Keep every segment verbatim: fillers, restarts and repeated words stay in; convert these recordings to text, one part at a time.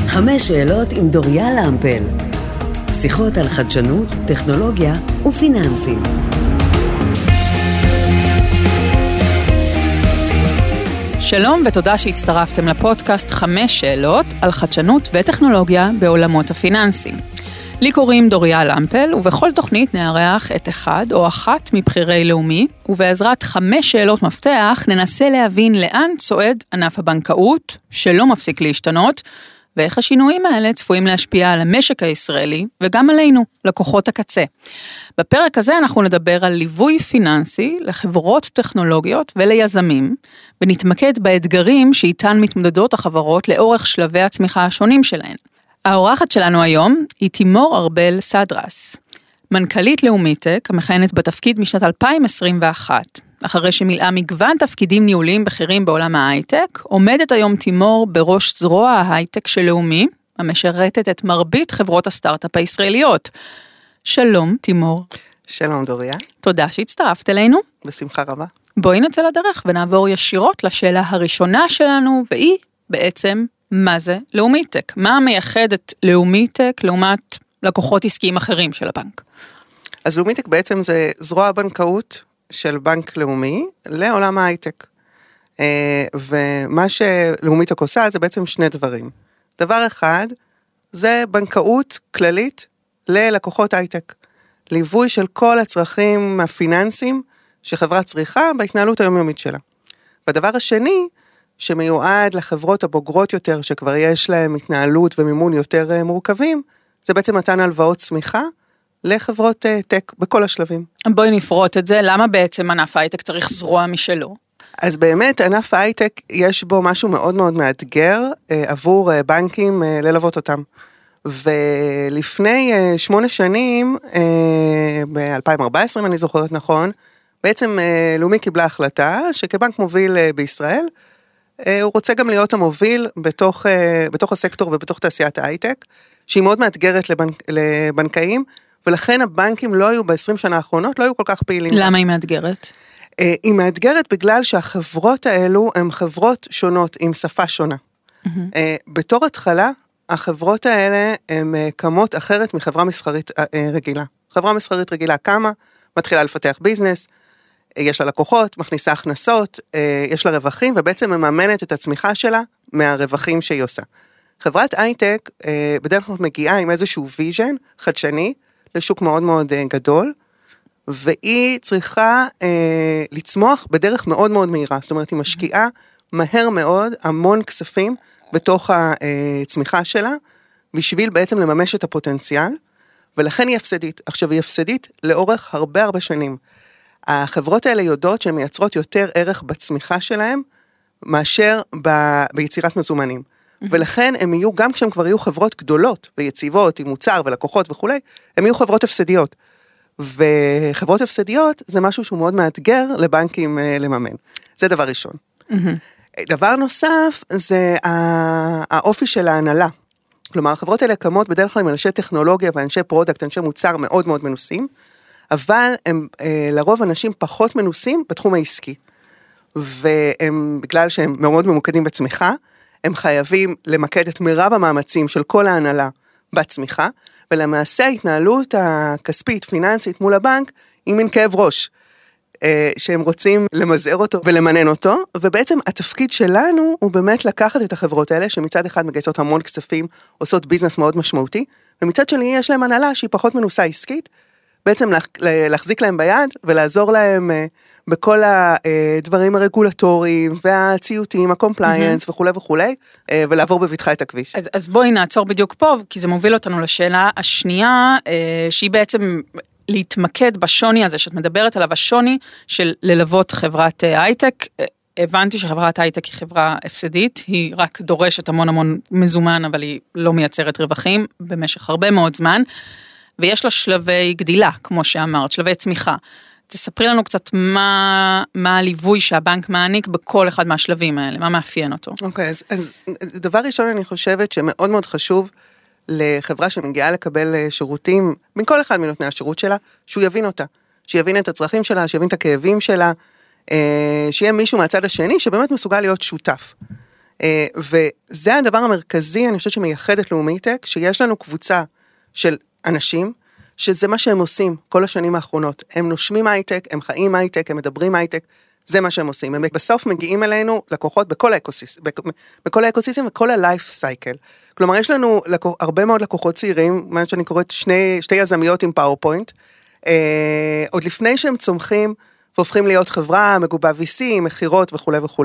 חמש שאלות עם דוריה למפל. שיחות על חדשנות, טכנולוגיה ופיננסים. שלום ותודה שהצטרפתם לפודקאסט חמש שאלות על חדשנות וטכנולוגיה בעולמות הפיננסים. לי קוראים דוריה למפל, ובכל תוכנית נארח את אחד או אחת מבחירי לאומי, ובעזרת חמש שאלות מפתח ננסה להבין לאן צועד ענף הבנקאות, שלא מפסיק להשתנות, ואיך השינויים האלה צפויים להשפיע על המשק הישראלי, וגם עלינו, לקוחות הקצה. בפרק הזה אנחנו נדבר על ליווי פיננסי לחברות טכנולוגיות וליזמים, ונתמקד באתגרים שאיתן מתמודדות החברות לאורך שלבי הצמיחה השונים שלהן. האורחת שלנו היום היא תימור ארבל סדרס, מנכ"לית לאומיטק, המכהנת בתפקיד משנת אלפיים עשרים ואחת. אחרי שמילאה מגוון תפקידים ניהוליים בכירים בעולם ההייטק, עומדת היום תימור בראש זרוע ההייטק של לאומי, המשרתת את מרבית חברות הסטארט-אפ הישראליות. שלום, תימור. שלום, דוריה. תודה שהצטרפת אלינו. בשמחה רבה. בואי נצא לדרך ונעבור ישירות לשאלה הראשונה שלנו, והיא בעצם מה זה לאומיטק? מה מייחד את לאומיטק לעומת לקוחות עסקיים אחרים של הבנק? אז לאומיטק בעצם זה זרוע הבנקאות של בנק לאומי לעולם ההייטק. ומה שלאומיטק עושה זה בעצם שני דברים. דבר אחד, זה בנקאות כללית ללקוחות הייטק. ליווי של כל הצרכים הפיננסיים שחברה צריכה בהתנהלות היומיומית שלה. והדבר השני, שמיועד לחברות הבוגרות יותר, שכבר יש להם התנהלות ומימון יותר מורכבים, זה בעצם מתן הלוואות צמיחה, לחברות טק בכל השלבים. בואי נפרוט את זה, למה בעצם ענף ההייטק צריך זרוע משלו? אז באמת ענף ההייטק יש בו משהו מאוד מאוד מאתגר עבור בנקים ללוות אותם. ולפני שמונה שנים, ב-אלפיים וארבע עשרה אם אני זוכרת נכון, בעצם לאומי קיבלה החלטה שכבנק מוביל בישראל, הוא רוצה גם להיות המוביל בתוך, בתוך הסקטור ובתוך תעשיית ההייטק, שהיא מאוד מאתגרת לבנק, לבנקאים, ולכן הבנקים לא היו ב-עשרים שנה האחרונות, לא היו כל כך פעילים. למה היא מאתגרת? היא מאתגרת בגלל שהחברות האלו הן חברות שונות, עם שפה שונה. Mm-hmm. בתור התחלה, החברות האלה הן קמות אחרת מחברה מסחרית רגילה. חברה מסחרית רגילה קמה, מתחילה לפתח ביזנס, יש לה לקוחות, מכניסה הכנסות, יש לה רווחים, ובעצם מממנת את הצמיחה שלה מהרווחים שהיא עושה. חברת הייטק בדרך כלל מגיעה עם איזשהו ויז'ן חדשני, לשוק מאוד מאוד גדול, והיא צריכה אה, לצמוח בדרך מאוד מאוד מהירה, זאת אומרת, היא משקיעה מהר מאוד, המון כספים בתוך הצמיחה שלה, בשביל בעצם לממש את הפוטנציאל, ולכן היא הפסדית. עכשיו, היא הפסדית לאורך הרבה הרבה שנים. החברות האלה יודעות שהן מייצרות יותר ערך בצמיחה שלהן, מאשר ב, ביצירת מזומנים. ולכן הם יהיו, גם כשהם כבר יהיו חברות גדולות ויציבות, עם מוצר ולקוחות וכו', הם יהיו חברות הפסדיות. וחברות הפסדיות זה משהו שהוא מאוד מאתגר לבנקים לממן. זה דבר ראשון. דבר נוסף זה האופי של ההנהלה. כלומר, החברות האלה קמות בדרך כלל עם אנשי טכנולוגיה ואנשי פרודקט, אנשי מוצר מאוד מאוד מנוסים, אבל הם לרוב אנשים פחות מנוסים בתחום העסקי. והם, בגלל שהם מאוד ממוקדים בצמיחה, הם חייבים למקד את מירב המאמצים של כל ההנהלה בצמיחה, ולמעשה ההתנהלות הכספית, פיננסית מול הבנק, היא מין כאב ראש, שהם רוצים למזער אותו ולמנן אותו, ובעצם התפקיד שלנו הוא באמת לקחת את החברות האלה, שמצד אחד מגייסות המון כספים, עושות ביזנס מאוד משמעותי, ומצד שני יש להם הנהלה שהיא פחות מנוסה עסקית, בעצם להחזיק להם ביד ולעזור להם בכל הדברים הרגולטוריים והציותיים, הקומפליינס וכו' וכו', ולעבור בבטחה את הכביש. אז, אז בואי נעצור בדיוק פה, כי זה מוביל אותנו לשאלה השנייה, שהיא בעצם להתמקד בשוני הזה, שאת מדברת עליו, השוני של ללוות חברת הייטק. הבנתי שחברת הייטק היא חברה הפסדית, היא רק דורשת המון המון מזומן, אבל היא לא מייצרת רווחים במשך הרבה מאוד זמן, ויש לה שלבי גדילה, כמו שאמרת, שלבי צמיחה. תספרי לנו קצת מה, מה הליווי שהבנק מעניק בכל אחד מהשלבים האלה, מה מאפיין אותו. אוקיי, אז, אז דבר ראשון אני חושבת שמאוד מאוד חשוב לחברה שמגיעה לקבל שירותים, מכל אחד מנותני השירות שלה, שהוא יבין אותה, שיבין את הצרכים שלה, שיבין את הכאבים שלה, שיהיה מישהו מהצד השני שבאמת מסוגל להיות שותף. וזה הדבר המרכזי, אני חושבת שמייחד את לאומיטק, שיש לנו קבוצה של אנשים, שזה מה שהם עושים כל השנים האחרונות. הם נושמים הייטק, הם חיים הייטק, הם מדברים הייטק, זה מה שהם עושים. הם בסוף מגיעים אלינו לקוחות בכל האקוסיסטם, בכל האקוסיסטם וכל הלייף סייקל. כלומר, יש לנו לקוח, הרבה מאוד לקוחות צעירים, מה שאני קוראת שני, שתי יזמיות עם פאורפוינט, אה, עוד לפני שהם צומחים והופכים להיות חברה, מגובה וי סי, מחירות וכו' וכו'.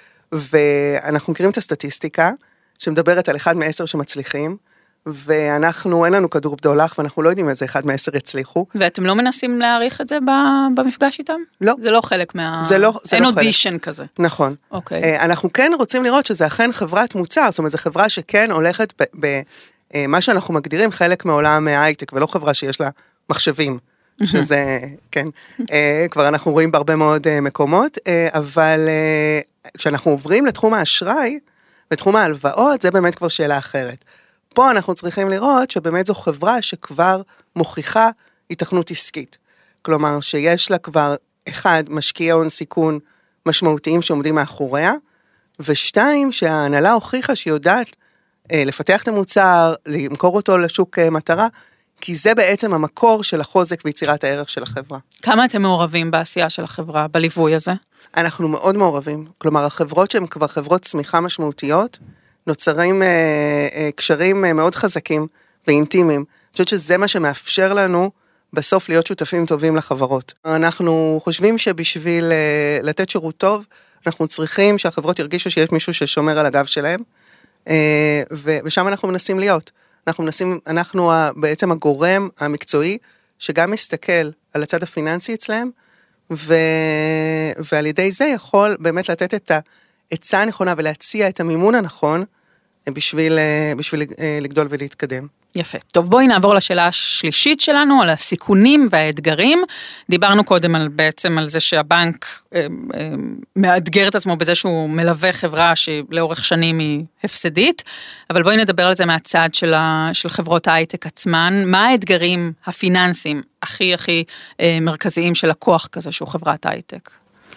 ואנחנו מכירים את הסטטיסטיקה, שמדברת על אחד מעשר שמצליחים, ואנחנו, אין לנו כדור בדולח, ואנחנו לא יודעים איזה אחד מעשר הצליחו. ואתם לא מנסים להעריך את זה במפגש איתם? לא. זה לא חלק מה... זה לא, זה אין לא חלק. אודישן כזה. נכון. אוקיי. אנחנו כן רוצים לראות שזה אכן חברת מוצר, זאת אומרת, זו חברה שכן הולכת במה שאנחנו מגדירים חלק מעולם ההייטק, ולא חברה שיש לה מחשבים, שזה, כן, כבר אנחנו רואים בהרבה מאוד מקומות, אבל כשאנחנו עוברים לתחום האשראי, בתחום ההלוואות, זה באמת כבר שאלה אחרת. פה אנחנו צריכים לראות שבאמת זו חברה שכבר מוכיחה התכנות עסקית. כלומר, שיש לה כבר, אחד, משקיעי הון סיכון משמעותיים שעומדים מאחוריה, ושתיים, שההנהלה הוכיחה שהיא יודעת אה, לפתח את המוצר, למכור אותו לשוק אה, מטרה, כי זה בעצם המקור של החוזק ויצירת הערך של החברה. כמה אתם מעורבים בעשייה של החברה, בליווי הזה? אנחנו מאוד מעורבים. כלומר, החברות שהן כבר חברות צמיחה משמעותיות, נוצרים אה, אה, קשרים אה, מאוד חזקים ואינטימיים. אני חושבת שזה מה שמאפשר לנו בסוף להיות שותפים טובים לחברות. אנחנו חושבים שבשביל אה, לתת שירות טוב, אנחנו צריכים שהחברות ירגישו שיש מישהו ששומר על הגב שלהם, אה, ו- ושם אנחנו מנסים להיות. אנחנו מנסים, אנחנו בעצם הגורם המקצועי, שגם מסתכל על הצד הפיננסי אצלהם, ו... ועל ידי זה יכול באמת לתת את העצה הנכונה, ולהציע את המימון הנכון, בשביל, בשביל לגדול ולהתקדם. יפה. טוב, בואי נעבור לשאלה השלישית שלנו, על הסיכונים והאתגרים. דיברנו קודם על, בעצם על זה שהבנק אה, אה, מאתגר את עצמו בזה שהוא מלווה חברה שלאורך שנים היא הפסדית, אבל בואי נדבר על זה מהצד של, ה, של חברות ההייטק עצמן. מה האתגרים הפיננסיים הכי הכי אה, מרכזיים של לקוח כזה שהוא חברת הייטק?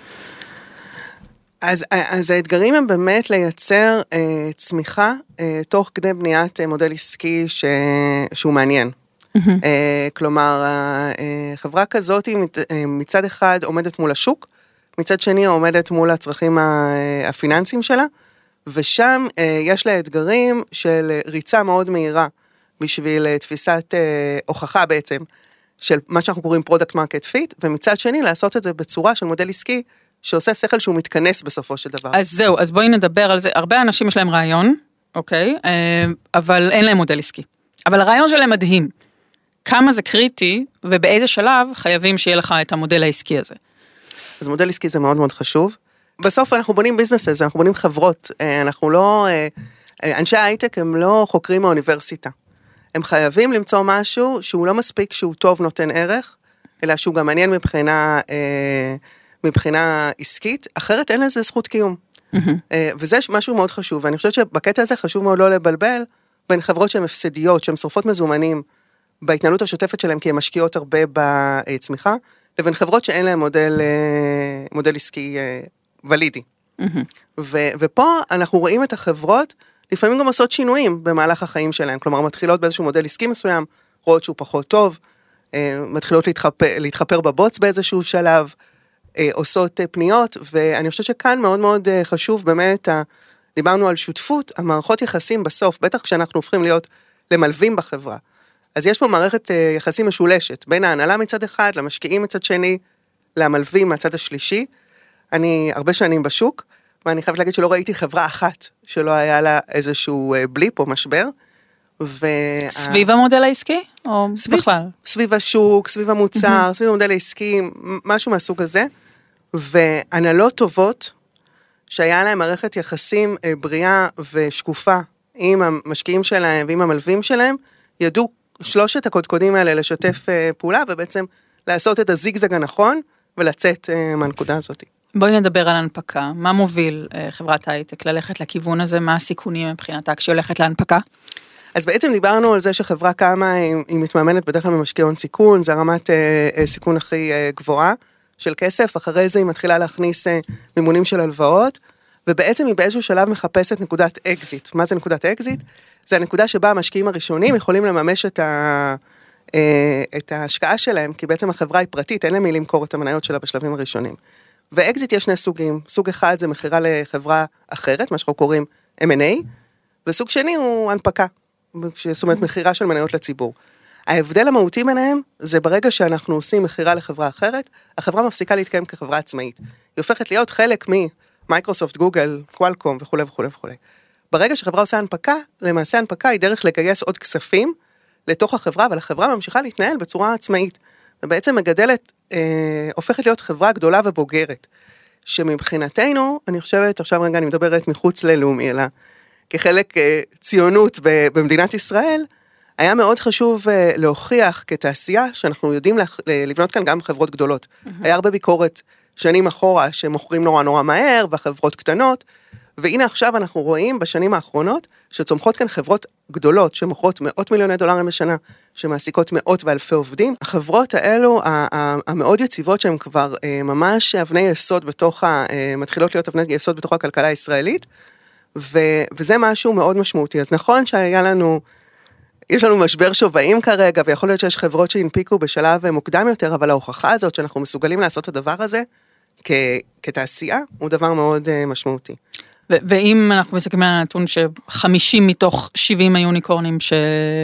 אז, אז האתגרים הם באמת לייצר אה, צמיחה אה, תוך כדי בניית אה, מודל עסקי ש, שהוא מעניין. Mm-hmm. אה, כלומר, אה, חברה כזאת אה, מצד אחד עומדת מול השוק, מצד שני עומדת מול הצרכים הפיננסיים שלה, ושם אה, יש לה אתגרים של ריצה מאוד מהירה, בשביל אה, תפיסת אה, הוכחה בעצם, של מה שאנחנו קוראים product market fit, ומצד שני לעשות את זה בצורה של מודל עסקי, שעושה שכל שהוא מתכנס בסופו של דבר. אז זהו, אז בואי נדבר על זה. הרבה אנשים יש להם רעיון, אוקיי, אבל אין להם מודל עסקי. אבל הרעיון שלהם מדהים. כמה זה קריטי, ובאיזה שלב חייבים שיהיה לך את המודל העסקי הזה. אז מודל עסקי זה מאוד מאוד חשוב. בסוף אנחנו בונים ביזנסס, אנחנו בונים חברות. אנחנו לא, אנשי ההייטק הם לא חוקרים מהאוניברסיטה. הם חייבים למצוא משהו שהוא לא מספיק שהוא טוב נותן ערך, אלא שהוא גם מעניין מבחינה... מבחינה עסקית, אחרת אין לזה זכות קיום. Mm-hmm. וזה משהו מאוד חשוב, ואני חושבת שבקטע הזה חשוב מאוד לא לבלבל, בין חברות שהן הפסדיות, שהן שורפות מזומנים, בהתנהלות השוטפת שלהן, כי הן משקיעות הרבה בצמיחה, לבין חברות שאין להן מודל, מודל עסקי ולידי. Mm-hmm. ו- ופה אנחנו רואים את החברות, לפעמים גם עושות שינויים במהלך החיים שלהן, כלומר מתחילות באיזשהו מודל עסקי מסוים, רואות שהוא פחות טוב, מתחילות להתחפר, להתחפר בבוץ באיזשהו שלב, עושות פניות, ואני חושבת שכאן מאוד מאוד חשוב, באמת, דיברנו על שותפות, המערכות יחסים בסוף, בטח כשאנחנו הופכים להיות למלווים בחברה, אז יש פה מערכת יחסים משולשת, בין ההנהלה מצד אחד, למשקיעים מצד שני, למלווים מהצד השלישי, אני הרבה שנים בשוק, ואני חייבת להגיד שלא ראיתי חברה אחת, שלא היה לה איזשהו בליפ או משבר, ו... סביב המודל העסקי? או סביב, בכלל? סביב השוק, סביב המוצר, mm-hmm. סביב המודל העסקי, משהו מהסוג הזה, והנהלות טובות, שהיה להם מערכת יחסים בריאה ושקופה, עם המשקיעים שלהם ועם המלווים שלהם, ידעו שלושת הקודקודים האלה לשתף פעולה, ובעצם לעשות את הזיגזג הנכון, ולצאת מהנקודה הזאת. בואי נדבר על הנפקה. מה מוביל חברת הייטק ללכת לכיוון הזה? מה הסיכונים מבחינתה כשהיא הולכת להנפקה? אז בעצם דיברנו על זה שחברה קמה, היא, היא מתממנת בדרך כלל ממשקיעי הון סיכון, זה הרמת אה, אה, סיכון הכי אה, גבוהה של כסף, אחרי זה היא מתחילה להכניס אה, מימונים של הלוואות, ובעצם היא באיזשהו שלב מחפשת נקודת אקזיט. מה זה נקודת אקזיט? זה הנקודה שבה המשקיעים הראשונים יכולים לממש את, ה, את ההשקעה שלהם, כי בעצם החברה היא פרטית, אין להם מי למכור את המניות שלה בשלבים הראשונים. ואקזיט יש שני סוגים, סוג אחד זה מחירה לחברה אחרת, מה שאנחנו קוראים אם אנד איי, וסוג שני הוא הנפקה, זאת אומרת מחירה של מניות לציבור. ההבדל המהותי ביניהם, זה ברגע שאנחנו עושים מחירה לחברה אחרת, החברה מפסיקה להתקיים כחברה עצמאית. היא הופכת להיות חלק ממייקרוסופט, גוגל, קוואלקום וכו' וכו' וכו'. ברגע שחברה עושה הנפקה, למעשה הנפקה היא דרך לגייס עוד כספים לתוך החברה, אבל החברה ממשיכה להתנהל בצורה עצמאית. ובעצם מגדלת, אה, הופכת להיות חברה גדולה ובוגרת. שמבחינתנו, אני חושבת, עכשיו רגע אני מדברת מחוץ ללאומי, אלא כחלק אה, ציונות במדינת ישראל, היה מאוד חשוב להוכיח כתעשייה שאנחנו יודעים לבנות כאן גם חברות גדולות. היה הרבה ביקורת שנים אחורה שמוכרים נורא נורא מהר והחברות קטנות, והנה עכשיו אנחנו רואים בשנים האחרונות שצומחות כאן חברות גדולות שמוכרות מאות מיליוני דולרים בשנה, שמעסיקות מאות ואלפי עובדים. החברות האלו, המאוד יציבות שהן כבר ממש אבני יסוד בתוך, מתחילות להיות אבני יסוד בתוך הכלכלה הישראלית, וזה משהו מאוד משמעותי. אז נכון שהיה לנו יש לנו משבר שווים כרגע, ויכול להיות שיש חברות שהנפיקו בשלב מוקדם יותר, אבל ההוכחה הזאת שאנחנו מסוגלים לעשות את הדבר הזה, כ- כתעשייה, הוא דבר מאוד uh, משמעותי. ו- ואם אנחנו מסתכלים על הנתון ש-חמישים מתוך שבעים היוניקורנים ש-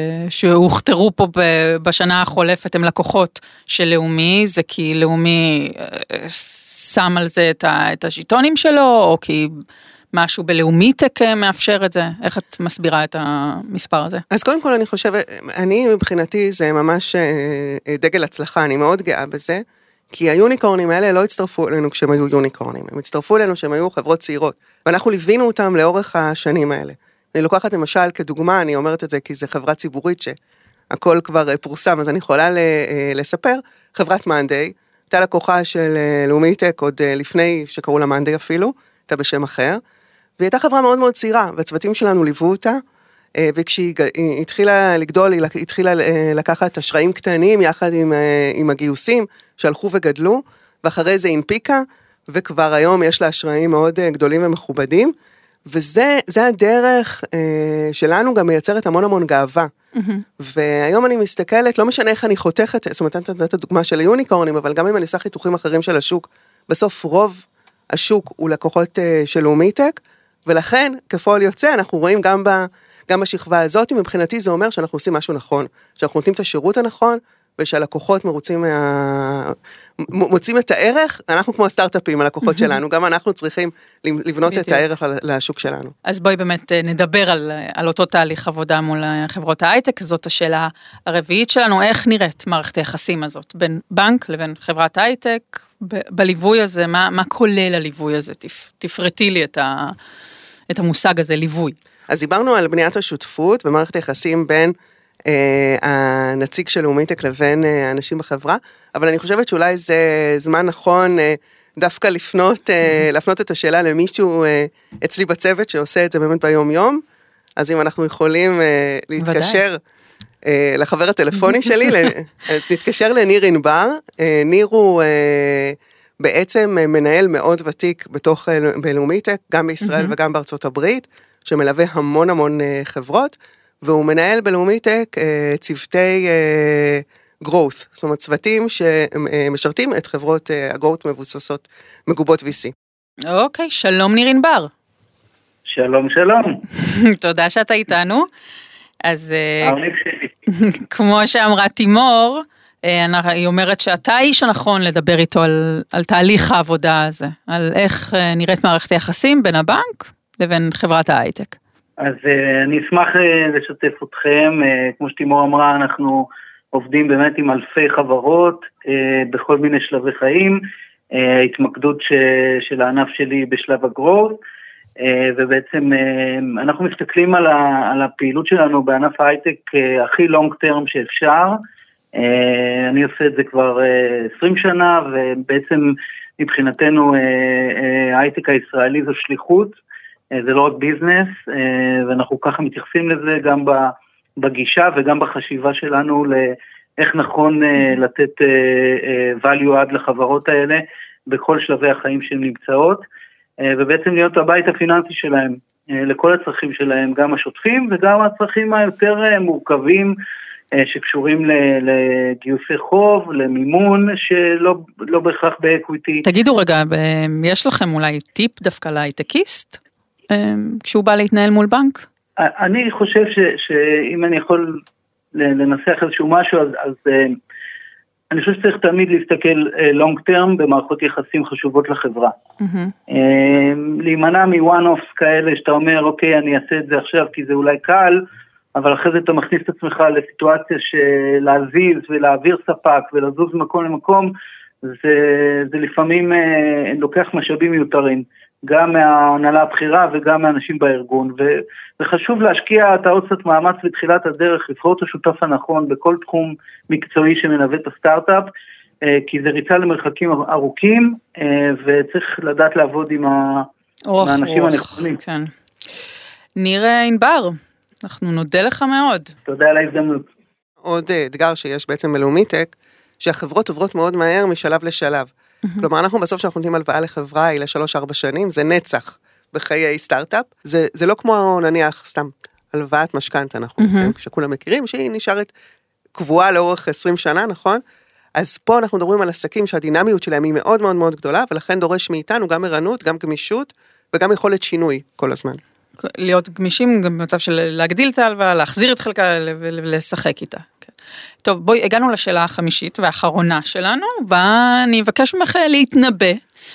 שהוכתרו פה ב- בשנה החולפת, הם לקוחות של לאומי, זה כי לאומי uh, שם על זה את, ה- את השיטונים שלו, או כי משהו בלאומיטק מאפשר את זה? איך את מסבירה את המספר הזה? אז קודם כל אני חושבת, אני מבחינתי זה ממש דגל הצלחה, אני מאוד גאה בזה, כי היוניקורנים האלה לא הצטרפו אלינו כשהם היו יוניקורנים, הם הצטרפו אלינו כשהם היו חברות צעירות, ואנחנו ליווינו אותם לאורך השנים האלה. אני לוקחת למשל כדוגמה, אני אומרת את זה כי זה חברה ציבורית שהכל כבר פורסם, אז אני יכולה לספר, חברת מאנדיי, הייתה לקוחה של לאומיטק עוד לפני שקראו לה מאנדיי אפילו, הייתה בשם אחר, והיא הייתה חברה מאוד מאוד צעירה, והצוותים שלנו ליוו אותה, וכשהיא התחילה לגדול, היא התחילה לקחת אשראים קטנים, יחד עם, עם הגיוסים, שהלכו וגדלו, ואחרי זה הנפיקה, וכבר היום יש לה אשראים מאוד גדולים ומכובדים, וזה זה הדרך שלנו גם מייצרת המון המון גאווה. Mm-hmm. והיום אני מסתכלת, לא משנה איך אני חותכת, זאת אומרת, אני נתת הדוגמה של היוניקורנים, אבל גם אם אני עושה חיתוכים אחרים של השוק, בסוף רוב השוק הוא לקוחות של לאומיטק, ולכן, כפועל יוצא, אנחנו רואים גם, ב, גם בשכבה הזאת, מבחינתי זה אומר שאנחנו עושים משהו נכון, שאנחנו נותנים את השירות הנכון, ושהלקוחות מרוצים, מה... מוצאים את הערך, אנחנו כמו הסטארט-אפים, הלקוחות שלנו, גם אנחנו צריכים לבנות את הערך לשוק שלנו. אז בואי באמת נדבר על, על אותו תהליך עבודה מול חברות ההייטק, זאת השאלה הרביעית שלנו, איך נראית מערכת היחסים הזאת, בין בנק לבין חברת ההייטק, ב- בליווי הזה, מה, מה כולל הליווי הזה? תפ, תפרטי לי את, ה, את המושג הזה, ליווי. אז דיברנו על בניית השותפות ומערכת היחסים בין אה, הנציג של לאומיטק לבין אה, האנשים בחברה, אבל אני חושבת שאולי זה זמן נכון אה, דווקא לפנות, אה, לפנות את השאלה למישהו אה, אצלי בצוות שעושה את זה באמת ביום יום, אז אם אנחנו יכולים אה, להתקשר אה, לחבר הטלפוני שלי, נתקשר לניר ענבר, אה, ניר הוא אה, בעצם מנהל מאוד ותיק בתוך בלאומיטק, גם בישראל mm-hmm. וגם בארצות הברית, שמלווה המון המון חברות, והוא מנהל בלאומיטק צוותי growth, זאת אומרת צוותים שמשרתים את חברות ה-growth מבוססות, מגובות וי סי. אוקיי, שלום ניר ענבר. שלום, שלום. תודה שאתה איתנו. אז כמו שאמרה תימור, היא אומרת שאתה האיש הנכון לדבר איתו על, על תהליך העבודה הזה, על איך נראית מערכת היחסים בין הבנק לבין חברת ההייטק. אז אני אשמח לשתף אתכם, כמו שתימור אמרה, אנחנו עובדים באמת עם אלפי חברות, בכל מיני שלבי חיים, התמקדות של הענף שלי בשלב הגרוס, ובעצם אנחנו מסתכלים על הפעילות שלנו בענף ההייטק הכי לונג טרם שאפשר, אני עושה את זה כבר עשרים שנה, ובעצם מבחינתנו ההייטק הישראלי זו שליחות, זה לא רק ביזנס, ואנחנו ככה מתייחסים לזה גם בגישה וגם בחשיבה שלנו לאיך נכון לתת value add לחברות האלה בכל שלבי החיים שהן נמצאות. ובעצם להיות הבית הפיננסי שלהם, לכל הצרכים שלהם, גם השוטפים וגם הצרכים היותר מורכבים, שקשורים לגיוסי חוב, למימון, שלא לא בהכרח באקוויטי. תגידו רגע, יש לכם אולי טיפ דווקא להייטקיסט, כשהוא בא להתנהל מול בנק? אני חושב ש, שאם אני יכול לנסח איזשהו משהו, אז, אז אני חושב שצריך תמיד להסתכל long term במערכות יחסים חשובות לחברה. Mm-hmm. להימנע מ-one-offs כאלה שאתה אומר, אוקיי, אני אעשה את זה עכשיו כי זה אולי קל, אבל אחרי זה אתה מכניס את עצמך לסיטואציה של להזיז ולהעביר ספק ולזוז מקום למקום, זה, זה לפעמים לוקח משאבים מיותרים, גם מההנהלה הבחירה וגם מהאנשים בארגון, וחשוב להשקיע את העוד קצת מאמץ בתחילת הדרך, לבחור את השותף הנכון בכל תחום מקצועי שמנווה את הסטארט-אפ, כי זה ריצה למרחקים ארוכים, וצריך לדעת לעבוד עם האנשים הנכונים. כן. נראה ענבר, אנחנו נודה לך מאוד. תודה על ההזדמנות. עוד אתגר שיש בעצם בלאומיטק, שהחברות עוברות מאוד מהר משלב לשלב. כלומר, אנחנו בסוף שאנחנו נותנים הלוואה לחברה, היא לשלוש ארבע שנים, זה נצח בחיי סטארט-אפ, זה, זה לא כמו נניח, סתם, הלוואת משכנתא, אנחנו נותנים, שכולם מכירים, שהיא נשארת קבועה לאורך עשרים שנה, נכון? אז פה אנחנו מדברים על עסקים שהדינמיות שלהם היא מאוד מאוד מאוד גדולה, ולכן דורש מאיתנו גם ערנות, גם גמישות, וגם יכולת שינוי כל הזמן. להיות גמישים גם במצב של להגדיל את ההלוואה, להחזיר את חלקה ולשחק איתה. טוב, בואי, הגענו לשאלה החמישית והאחרונה שלנו, ואני אבקש ממך להתנבא,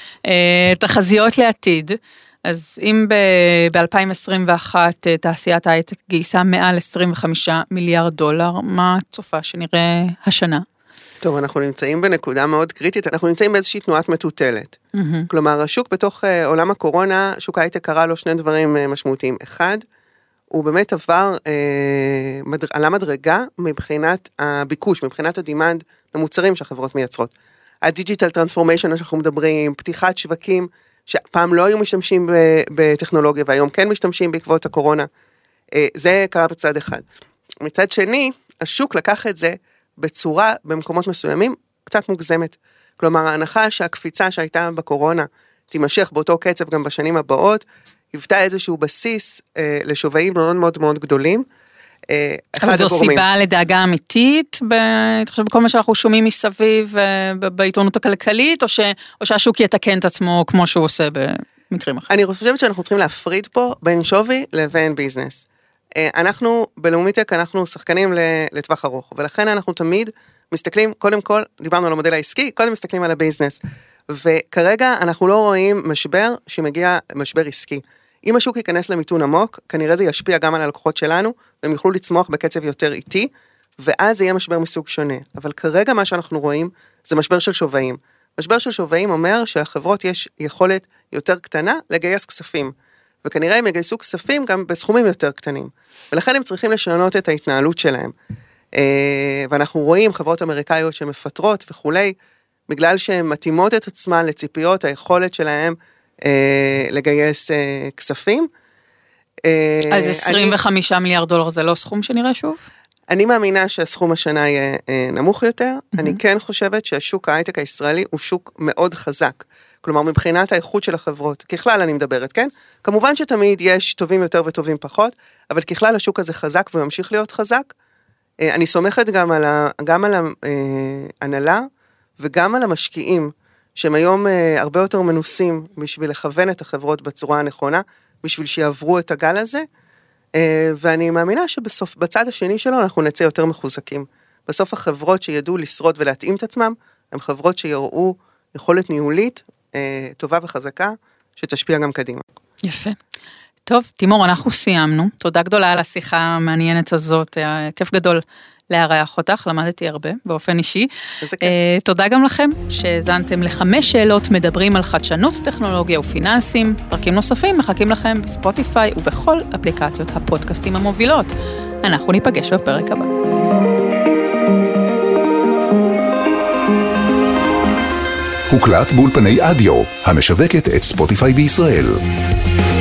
תחזיות לעתיד, אז אם ב-אלפיים עשרים ואחת תעשיית ההייטק גייסה מעל עשרים וחמישה מיליארד דולר, מה צופה שנראה השנה? טוב, אנחנו נמצאים בנקודה מאוד קריטית, אנחנו נמצאים באיזושהי תנועת מטוטלת. Mm-hmm. כלומר, השוק בתוך uh, עולם הקורונה, שוק ההייטק קרא לו שני דברים uh, משמעותיים. אחד, הוא באמת עבר, uh, מדר... עלה מדרגה מבחינת הביקוש, מבחינת הדימנד למוצרים שהחברות מייצרות. הדיג'יטל טרנספורמיישן שאנחנו מדברים, פתיחת שווקים, שפעם לא היו משתמשים בטכנולוגיה, והיום כן משתמשים בעקבות הקורונה. Uh, זה קרה בצד אחד. מצד שני, השוק לקח את זה, בצורה, במקומות מסוימים, קצת מוגזמת. כלומר, ההנחה שהקפיצה שהייתה בקורונה תימשך באותו קצב גם בשנים הבאות, היוותה איזשהו בסיס אה, לשווים מאוד מאוד מאוד גדולים. אה, אבל זו הגורמים. סיבה לדאגה אמיתית, בהתחשב בכל מה שאנחנו שומעים מסביב, בעיתונות הכלכלית, או, ש, או שהשוק יתקן את עצמו כמו שהוא עושה במקרים אחרים? אני חושבת שאנחנו צריכים להפריד פה בין שווי לבין ביזנס. אנחנו, בלאומיטק, אנחנו שחקנים לטווח ארוך, ולכן אנחנו תמיד מסתכלים, קודם כל, דיברנו על המודל העסקי, קודם מסתכלים על הביזנס, וכרגע אנחנו לא רואים משבר שמגיע משבר עסקי. אם השוק ייכנס למיתון עמוק, כנראה זה ישפיע גם על הלקוחות שלנו, והם יוכלו לצמוח בקצב יותר איטי, ואז זה יהיה משבר מסוג שונה. אבל כרגע מה שאנחנו רואים, זה משבר של שווים. משבר של שווים אומר שהחברות יש יכולת יותר קטנה לגייס כספים. וכנראה הם יגייסו כספים גם בסכומים יותר קטנים. ולכן הם צריכים לשנות את ההתנהלות שלהם. ואנחנו רואים חברות אמריקאיות שמפטרות וכולי, בגלל שהן מתאימות את עצמן לציפיות, היכולת שלהם לגייס כספים. אז עשרים וחמישה מיליארד דולר זה לא סכום שנראה שוב? אני מאמינה שהסכום השנה יהיה נמוך יותר. אני כן חושבת שהשוק ההייטק הישראלי הוא שוק מאוד חזק. כלומר, מבחינת האיכות של החברות, ככלל אני מדברת, כן? כמובן שתמיד יש טובים יותר וטובים פחות, אבל ככלל השוק הזה חזק וממשיך להיות חזק. אני סומכת גם על, ה, גם על ההנהלה וגם על המשקיעים, שהם היום הרבה יותר מנוסים בשביל לכוון את החברות בצורה הנכונה, בשביל שיעברו את הגל הזה, ואני מאמינה שבסוף, בצד השני שלו אנחנו נצא יותר מחוזקים. בסוף החברות שידעו לשרוד ולהתאים את עצמם, הן חברות שיראו יכולת ניהולית, טובה וחזקה, שתשפיע גם קדימה. יפה. טוב, תימור, אנחנו סיימנו. תודה גדולה על השיחה המעניינת הזאת. היה כיף גדול לארח אותך, למדתי הרבה באופן אישי. תודה גם לכם שהזנתם לחמש שאלות מדברים על חדשנות, טכנולוגיה ופיננסים. פרקים נוספים מחכים לכם בספוטיפיי ובכל אפליקציות הפודקאסטים המובילות. אנחנו ניפגש בפרק הבא. הוקלט באולפני אדיו, המשווקת את ספוטיפיי בישראל.